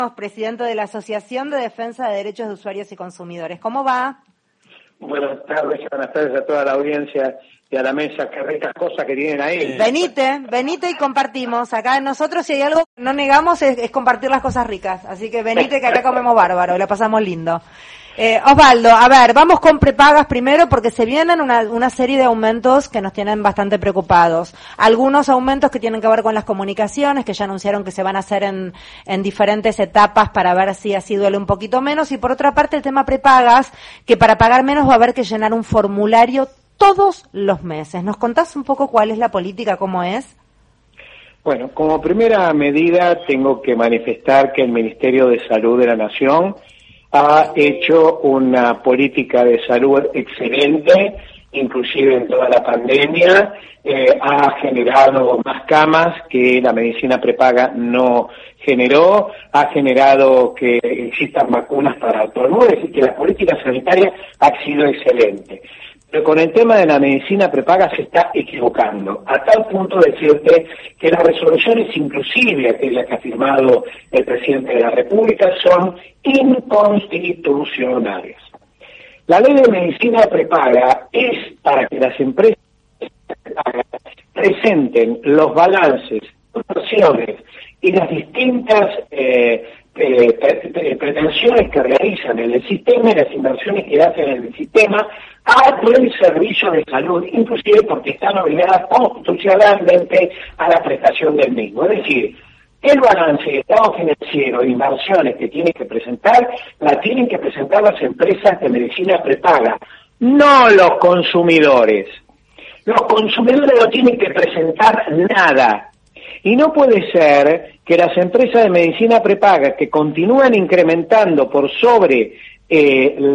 Presidente de la Asociación de Defensa de Derechos de Usuarios y Consumidores. ¿Cómo va? Buenas tardes a toda la audiencia y a la mesa. Qué ricas cosas que tienen ahí. Venite y compartimos. Acá nosotros, si hay algo que no negamos, es compartir las cosas ricas. Así que venite, que acá comemos bárbaro, la pasamos lindo. Osvaldo, a ver, vamos con prepagas primero porque se vienen una serie de aumentos que nos tienen bastante preocupados. Algunos aumentos que tienen que ver con las comunicaciones, que ya anunciaron que se van a hacer en diferentes etapas para ver si así duele un poquito menos. Y por otra parte el tema prepagas, que para pagar menos va a haber que llenar un formulario todos los meses. ¿Nos contás un poco cuál es la política, cómo es? Bueno, como primera medida tengo que manifestar que el Ministerio de Salud de la Nación ha hecho una política de salud excelente, inclusive en toda la pandemia, ha generado más camas que la medicina prepaga no generó, ha generado que existan vacunas para todo el mundo, es decir, que la política sanitaria ha sido excelente. Pero con el tema de la medicina prepaga se está equivocando, a tal punto de decirte que las resoluciones, inclusive aquellas que ha firmado el presidente de la República, son inconstitucionales. La ley de medicina prepaga es para que las empresas presenten los balances, inversiones y las distintas pretensiones que realizan en el sistema y las inversiones que hacen en el sistema a el servicio de salud, inclusive porque están obligadas constitucionalmente a la prestación del mismo. Es decir, el balance de estado financiero e inversiones que tienen que presentar, la tienen que presentar las empresas de medicina prepaga, no los consumidores. Los consumidores no tienen que presentar nada. Y no puede ser que las empresas de medicina prepaga que continúan incrementando por sobre el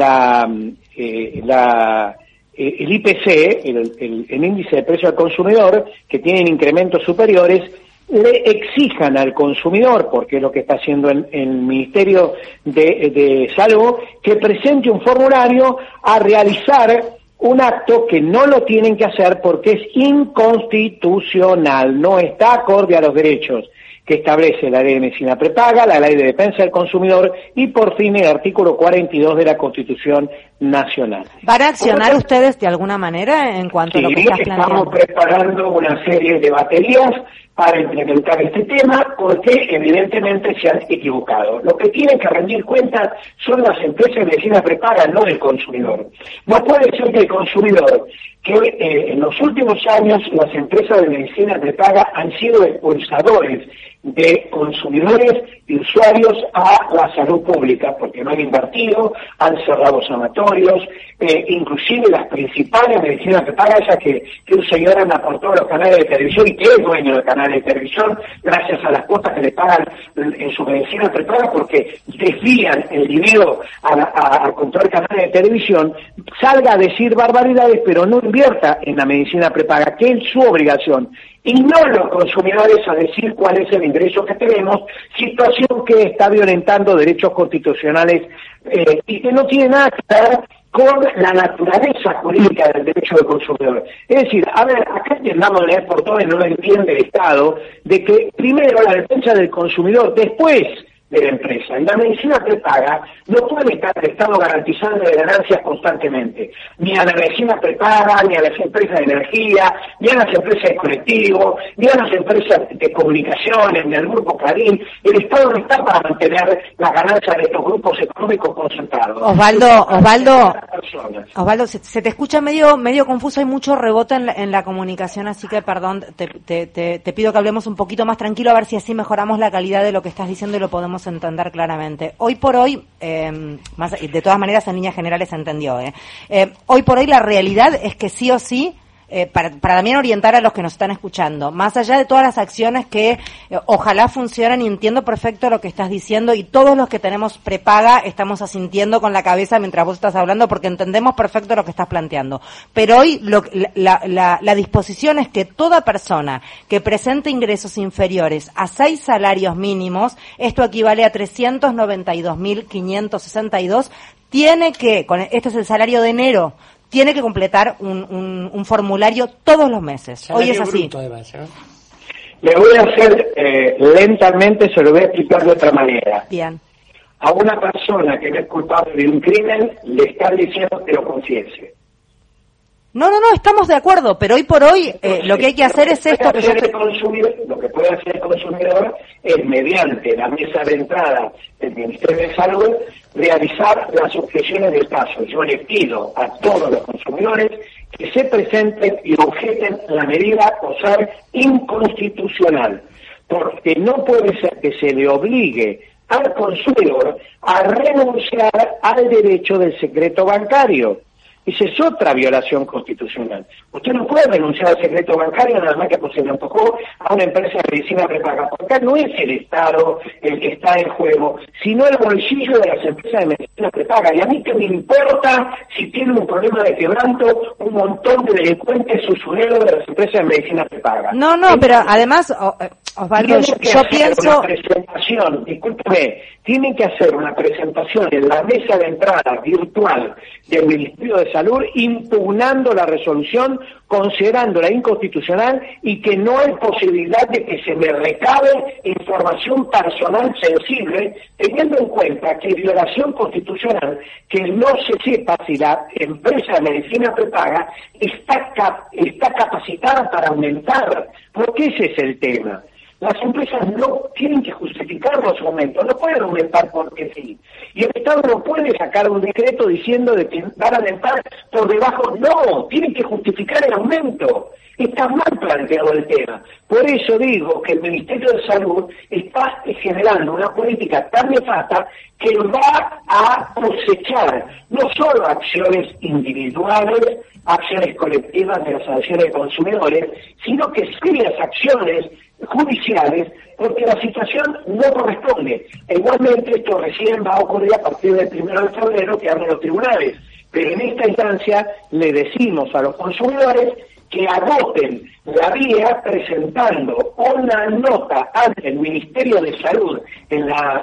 IPC, el índice de precio al consumidor, que tienen incrementos superiores, le exijan al consumidor, porque es lo que está haciendo el Ministerio de Salud, que presente un formulario a realizar un acto que no lo tienen que hacer porque es inconstitucional, no está acorde a los derechos que establece la Ley de Medicina Prepaga, la Ley de Defensa del Consumidor y por fin el artículo 42 de la Constitución Nacional. ¿Van a accionar ustedes de alguna manera en cuanto a lo que estás planteando? Estamos preparando una serie de baterías para implementar este tema porque evidentemente se han equivocado. Lo que tienen que rendir cuentas son las empresas de medicina prepaga, no el consumidor. No puede ser que el consumidor, que en los últimos años las empresas de medicina prepaga han sido expulsadores de consumidores y usuarios a la salud pública, porque no han invertido, han cerrado sanatorios, inclusive las principales medicinas prepagas, esas que un señor anda por todos los canales de televisión y que es dueño de canales de televisión, gracias a las cuotas que le pagan en su medicina prepaga, porque desvían el dinero a comprar canales de televisión, salga a decir barbaridades, pero no invierta en la medicina prepaga, que es su obligación, y no los consumidores a decir cuál es el ingreso que tenemos, situación que está violentando derechos constitucionales y que no tiene nada que ver con la naturaleza jurídica del derecho del consumidor. Es decir, a ver, acá entendamos de por todo y no lo entiende el Estado, de que primero la defensa del consumidor, después de la empresa. Y la medicina prepaga no puede estar el Estado garantizando ganancias constantemente, ni a la medicina prepaga, ni a las empresas de energía, ni a las empresas de colectivo, ni a las empresas de comunicaciones, ni al Grupo Clarín. El Estado no está para mantener las ganancias de estos grupos económicos concentrados. Osvaldo, se te escucha medio confuso, hay mucho rebote en la comunicación, así que perdón, te pido que hablemos un poquito más tranquilo, a ver si así mejoramos la calidad de lo que estás diciendo y lo podemos entender claramente. Hoy por hoy, de todas maneras en líneas generales se entendió, hoy por hoy la realidad es que sí o sí, para también orientar a los que nos están escuchando, más allá de todas las acciones que ojalá funcionen, y entiendo perfecto lo que estás diciendo, y todos los que tenemos prepaga estamos asintiendo con la cabeza mientras vos estás hablando porque entendemos perfecto lo que estás planteando, pero hoy la disposición es que toda persona que presente ingresos inferiores a 6 salarios mínimos, esto equivale a 392.562, tiene que, este es el salario de enero, tiene que completar un formulario todos los meses. Hoy es así. Bruto, además, ¿eh? Le voy a hacer lentamente se lo voy a explicar de otra manera. Bien. A una persona que no es culpable de un crimen, le están diciendo que lo confiese. No, estamos de acuerdo, pero hoy por hoy lo que hay que hacer es esto que Lo que puede hacer el consumidor es, mediante la mesa de entrada del Ministerio de Salud, realizar las objeciones del caso. Yo le pido a todos los consumidores que se presenten y objeten la medida por ser inconstitucional, porque no puede ser que se le obligue al consumidor a renunciar al derecho del secreto bancario. Esa es otra violación constitucional. Usted no puede renunciar al secreto bancario nada más que porque se le antojó a una empresa de medicina prepaga. Porque acá no es el Estado el que está en juego, sino el bolsillo de las empresas de medicina prepaga. Y a mí que me importa si tienen un problema de quebranto un montón de delincuentes usureros de las empresas de medicina prepaga. No, pero además, Osvaldo, yo pienso... Discúlpeme, tienen que hacer una presentación en la mesa de entrada virtual del Ministerio de Salud impugnando la resolución, considerándola inconstitucional y que no hay posibilidad de que se me recabe información personal sensible, teniendo en cuenta que violación constitucional que no se sepa si la empresa de medicina prepaga está capacitada para aumentar, porque ese es el tema. Las empresas no tienen que justificar los aumentos, no pueden aumentar porque sí. Y el Estado no puede sacar un decreto diciendo de que van a aumentar por debajo, no, tienen que justificar el aumento. Está mal planteado el tema. Por eso digo que el Ministerio de Salud está generando una política tan nefasta que va a cosechar no solo acciones individuales, acciones colectivas de las asociaciones de consumidores, sino que serias acciones judiciales, porque la situación no corresponde. Igualmente esto recién va a ocurrir a partir del 1 de febrero que abren los tribunales, pero en esta instancia le decimos a los consumidores que agoten la vía presentando una nota ante el Ministerio de Salud en la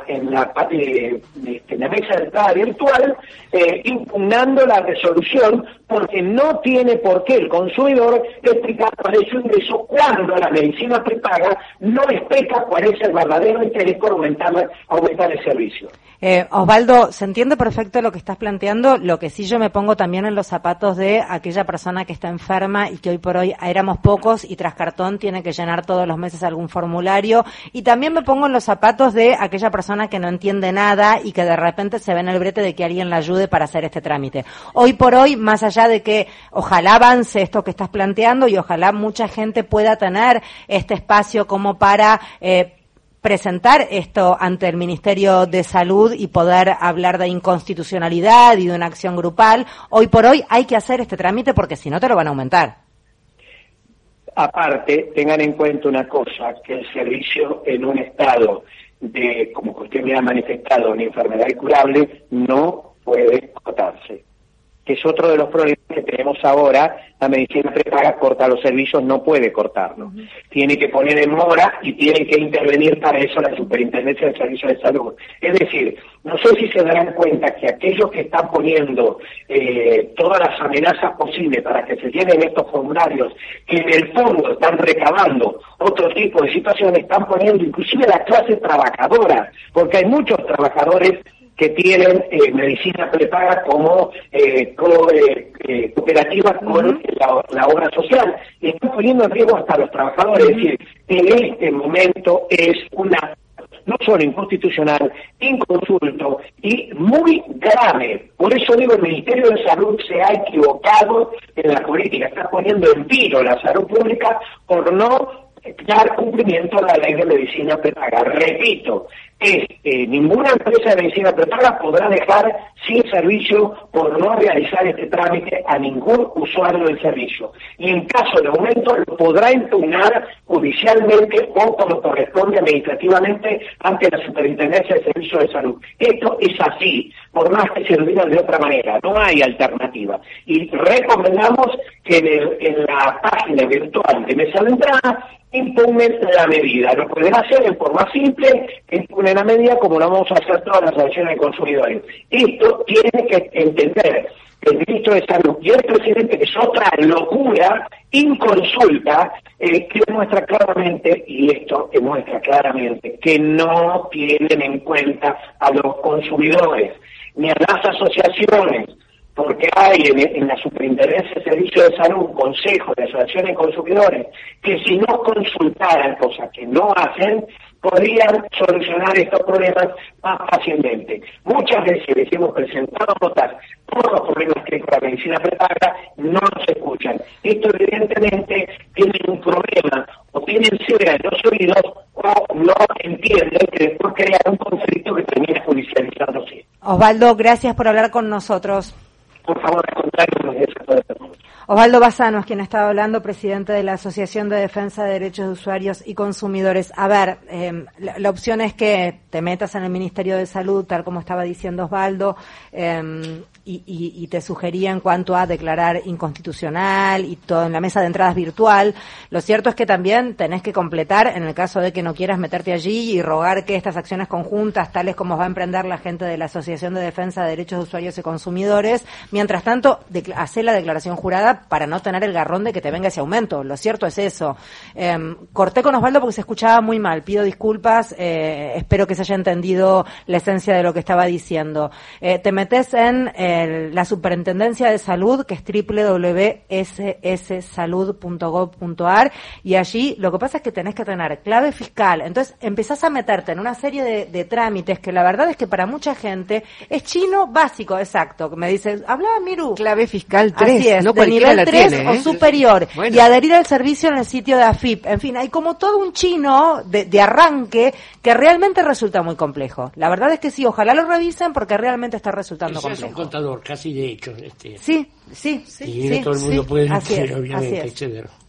mesa de entrada virtual, impugnando la resolución, porque no tiene por qué el consumidor explicar cuál es su ingreso cuando la medicina prepaga no explica cuál es el verdadero interés por aumentar el servicio. Osvaldo, se entiende perfecto lo que estás planteando, lo que sí yo me pongo también en los zapatos de aquella persona que está enferma y que hoy por hoy éramos pocos y tras cartón tiene que llenar todos los meses algún formulario, y también me pongo en los zapatos de aquella persona que no entiende nada y que de repente se ve en el brete de que alguien la ayude para hacer este trámite. Hoy por hoy, más allá de que ojalá avance esto que estás planteando y ojalá mucha gente pueda tener este espacio como para presentar esto ante el Ministerio de Salud y poder hablar de inconstitucionalidad y de una acción grupal, hoy por hoy hay que hacer este trámite porque si no te lo van a aumentar. Aparte, tengan en cuenta una cosa, que el servicio en un estado de, como usted me ha manifestado, una enfermedad incurable, no puede cortarse. Que es otro de los problemas que tenemos ahora, la medicina prepaga corta los servicios, no puede cortarlos. Tiene que poner en mora y tiene que intervenir para eso la Superintendencia de Servicios de Salud. Es decir, no sé si se darán cuenta que aquellos que están poniendo todas las amenazas posibles para que se llenen estos formularios, que en el fondo están recabando otro tipo de situaciones, están poniendo inclusive la clase trabajadora, porque hay muchos trabajadores que tienen medicina prepaga como cooperativas con la obra social, y están poniendo en riesgo hasta los trabajadores. Es decir, en este momento es una no solo inconstitucional, inconsulto y muy grave. Por eso digo, el Ministerio de Salud se ha equivocado en la política, está poniendo en vilo la salud pública por no dar cumplimiento a la ley de medicina prepaga. Repito, ninguna empresa de medicina prepaga podrá dejar sin servicio por no realizar este trámite a ningún usuario del servicio. Y en caso de aumento lo podrá impugnar judicialmente o como corresponde administrativamente ante la Superintendencia de Servicios de Salud. Esto es así, por más que se lo digan de otra manera, no hay alternativa. Y recomendamos que en la página virtual de mesa de entrada impugnen la medida. Lo pueden hacer en forma simple, impugnen la medida como lo vamos a hacer todas las asociaciones de consumidores. Esto tiene que entender el ministro de Salud y el presidente, que es otra locura, inconsulta, que demuestra claramente, y esto demuestra claramente, que no tienen en cuenta a los consumidores, ni a las asociaciones, porque hay en la Superintendencia de Servicios de Salud un consejo de asociaciones de consumidores que si no consultaran, cosa que no hacen, podrían solucionar estos problemas más fácilmente. Muchas veces les hemos presentado notas, todos los problemas que hay con la medicina prepaga no se escuchan. Esto evidentemente tienen un problema, o tienen cera en los oídos, o no entienden que después crean un conflicto que termina judicializándose. Osvaldo, gracias por hablar con nosotros. Por favor, al contrario, nos deja todo el mundo. Osvaldo Bassano es quien estaba hablando, presidente de la Asociación de Defensa de Derechos de Usuarios y Consumidores. A ver, la opción es que te metas en el Ministerio de Salud, tal como estaba diciendo Osvaldo, y te sugería en cuanto a declarar inconstitucional y todo en la mesa de entradas virtual. Lo cierto es que también tenés que completar, en el caso de que no quieras meterte allí, y rogar que estas acciones conjuntas, tales como va a emprender la gente de la Asociación de Defensa de Derechos de Usuarios y Consumidores, mientras tanto, hacer la declaración jurada para no tener el garrón de que te venga ese aumento. Lo cierto es eso. Corté con Osvaldo porque se escuchaba muy mal. Pido disculpas. Espero que se haya entendido la esencia de lo que estaba diciendo. Te metes en la Superintendencia de Salud, que es www.sssalud.gov.ar, y allí lo que pasa es que tenés que tener clave fiscal. Entonces empezás a meterte en una serie de trámites que la verdad es que para mucha gente es chino básico, exacto. Me dice, hablaba Miru. Clave fiscal 3. Así es, no de nivel 3 tiene, o superior. Bueno. Y adherir al servicio en el sitio de AFIP. En fin, hay como todo un chino de arranque que realmente resulta muy complejo. La verdad es que sí, ojalá lo revisen porque realmente está resultando complejo. Es un contador casi de hecho. Sí. Y no todo el mundo puede así es, obviamente así es. acceder.